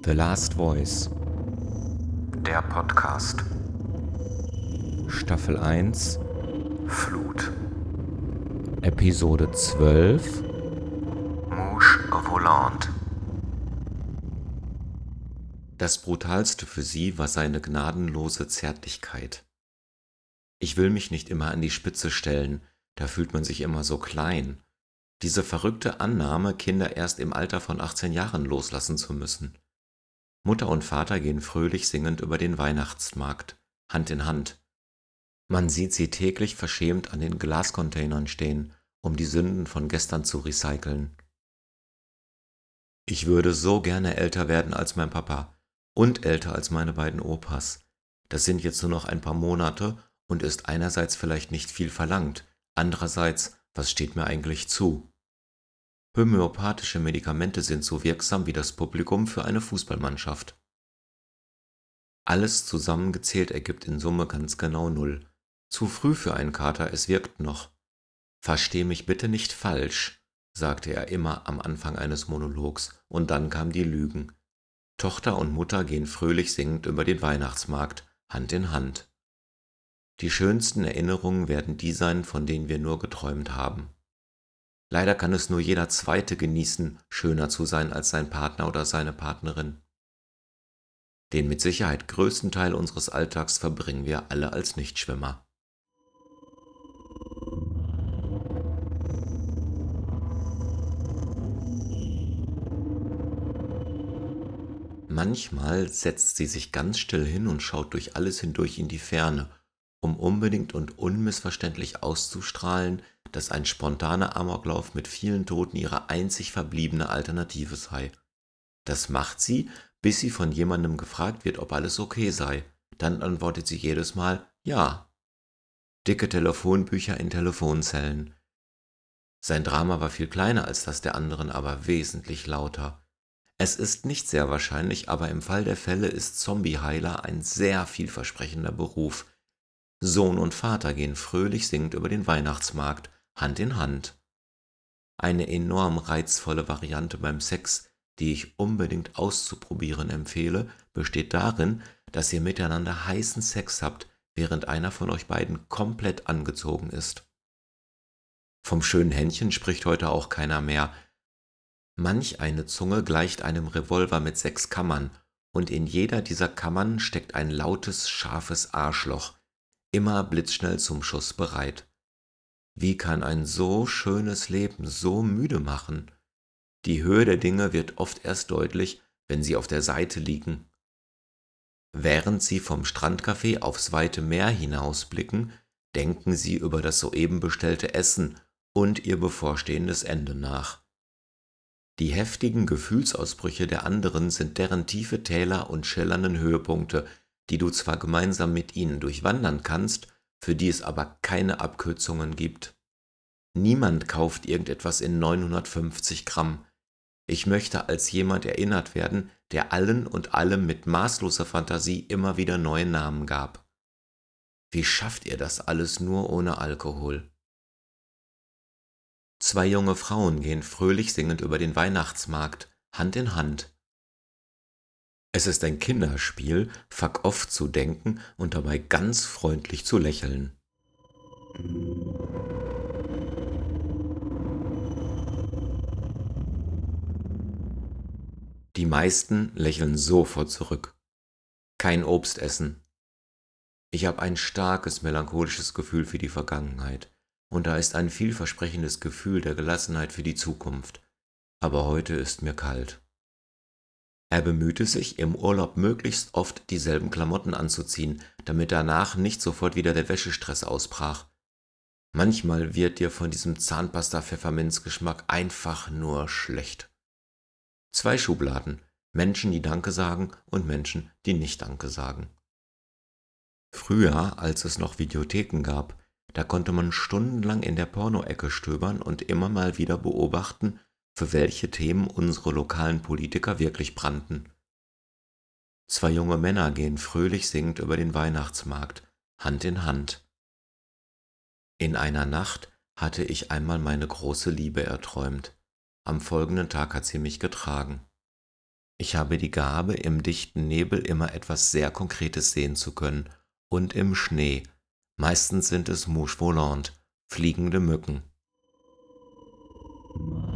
The Last Voice, Der Podcast. Staffel 1, Flut. Episode 12. Mouche volante. Das Brutalste für sie war seine gnadenlose Zärtlichkeit. Ich will mich nicht immer an die Spitze stellen, da fühlt man sich immer so klein. Diese verrückte Annahme, Kinder erst im Alter von 18 Jahren loslassen zu müssen. Mutter und Vater gehen fröhlich singend über den Weihnachtsmarkt, Hand in Hand. Man sieht sie täglich verschämt an den Glascontainern stehen, um die Sünden von gestern zu recyceln. Ich würde so gerne älter werden als mein Papa und älter als meine beiden Opas. Das sind jetzt nur noch ein paar Monate und ist einerseits vielleicht nicht viel verlangt, andererseits, was steht mir eigentlich zu? Homöopathische Medikamente sind so wirksam wie das Publikum für eine Fußballmannschaft. Alles zusammengezählt ergibt in Summe ganz genau 0. Zu früh für einen Kater, es wirkt noch. Versteh mich bitte nicht falsch, sagte er immer am Anfang eines Monologs, und dann kamen die Lügen. Tochter und Mutter gehen fröhlich singend über den Weihnachtsmarkt, Hand in Hand. Die schönsten Erinnerungen werden die sein, von denen wir nur geträumt haben. Leider kann es nur jeder Zweite genießen, schöner zu sein als sein Partner oder seine Partnerin. Den mit Sicherheit größten Teil unseres Alltags verbringen wir alle als Nichtschwimmer. Manchmal setzt sie sich ganz still hin und schaut durch alles hindurch in die Ferne, um unbedingt und unmissverständlich auszustrahlen, dass ein spontaner Amoklauf mit vielen Toten ihre einzig verbliebene Alternative sei. Das macht sie, bis sie von jemandem gefragt wird, ob alles okay sei. Dann antwortet sie jedes Mal ja. Dicke Telefonbücher in Telefonzellen. Sein Drama war viel kleiner als das der anderen, aber wesentlich lauter. Es ist nicht sehr wahrscheinlich, aber im Fall der Fälle ist Zombieheiler ein sehr vielversprechender Beruf. Sohn und Vater gehen fröhlich singend über den Weihnachtsmarkt, Hand in Hand. Eine enorm reizvolle Variante beim Sex, die ich unbedingt auszuprobieren empfehle, besteht darin, dass ihr miteinander heißen Sex habt, während einer von euch beiden komplett angezogen ist. Vom schönen Händchen spricht heute auch keiner mehr. Manch eine Zunge gleicht einem Revolver mit 6 Kammern, und in jeder dieser Kammern steckt ein lautes, scharfes Arschloch, immer blitzschnell zum Schuss bereit. Wie kann ein so schönes Leben so müde machen? Die Höhe der Dinge wird oft erst deutlich, wenn sie auf der Seite liegen. Während sie vom Strandcafé aufs weite Meer hinausblicken, denken sie über das soeben bestellte Essen und ihr bevorstehendes Ende nach. Die heftigen Gefühlsausbrüche der anderen sind deren tiefe Täler und schillernden Höhepunkte, die du zwar gemeinsam mit ihnen durchwandern kannst, für die es aber keine Abkürzungen gibt. Niemand kauft irgendetwas in 950 Gramm. Ich möchte als jemand erinnert werden, der allen und allem mit maßloser Fantasie immer wieder neue Namen gab. Wie schafft ihr das alles nur ohne Alkohol? 2 junge Frauen gehen fröhlich singend über den Weihnachtsmarkt, Hand in Hand. Es ist ein Kinderspiel, fuck off zu denken und dabei ganz freundlich zu lächeln. Die meisten lächeln sofort zurück. Kein Obst essen. Ich habe ein starkes melancholisches Gefühl für die Vergangenheit, und da ist ein vielversprechendes Gefühl der Gelassenheit für die Zukunft. Aber heute ist mir kalt. Er bemühte sich, im Urlaub möglichst oft dieselben Klamotten anzuziehen, damit danach nicht sofort wieder der Wäschestress ausbrach. Manchmal wird dir von diesem Zahnpasta-Pfefferminzgeschmack einfach nur schlecht. 2 Schubladen: Menschen, die Danke sagen, und Menschen, die nicht Danke sagen. Früher, als es noch Videotheken gab, da konnte man stundenlang in der Pornoecke stöbern und immer mal wieder beobachten, für welche Themen unsere lokalen Politiker wirklich brannten. 2 junge Männer gehen fröhlich singend über den Weihnachtsmarkt, Hand in Hand. In einer Nacht hatte ich einmal meine große Liebe erträumt. Am folgenden Tag hat sie mich getragen. Ich habe die Gabe, im dichten Nebel immer etwas sehr Konkretes sehen zu können und im Schnee. Meistens sind es Mouches volantes, fliegende Mücken.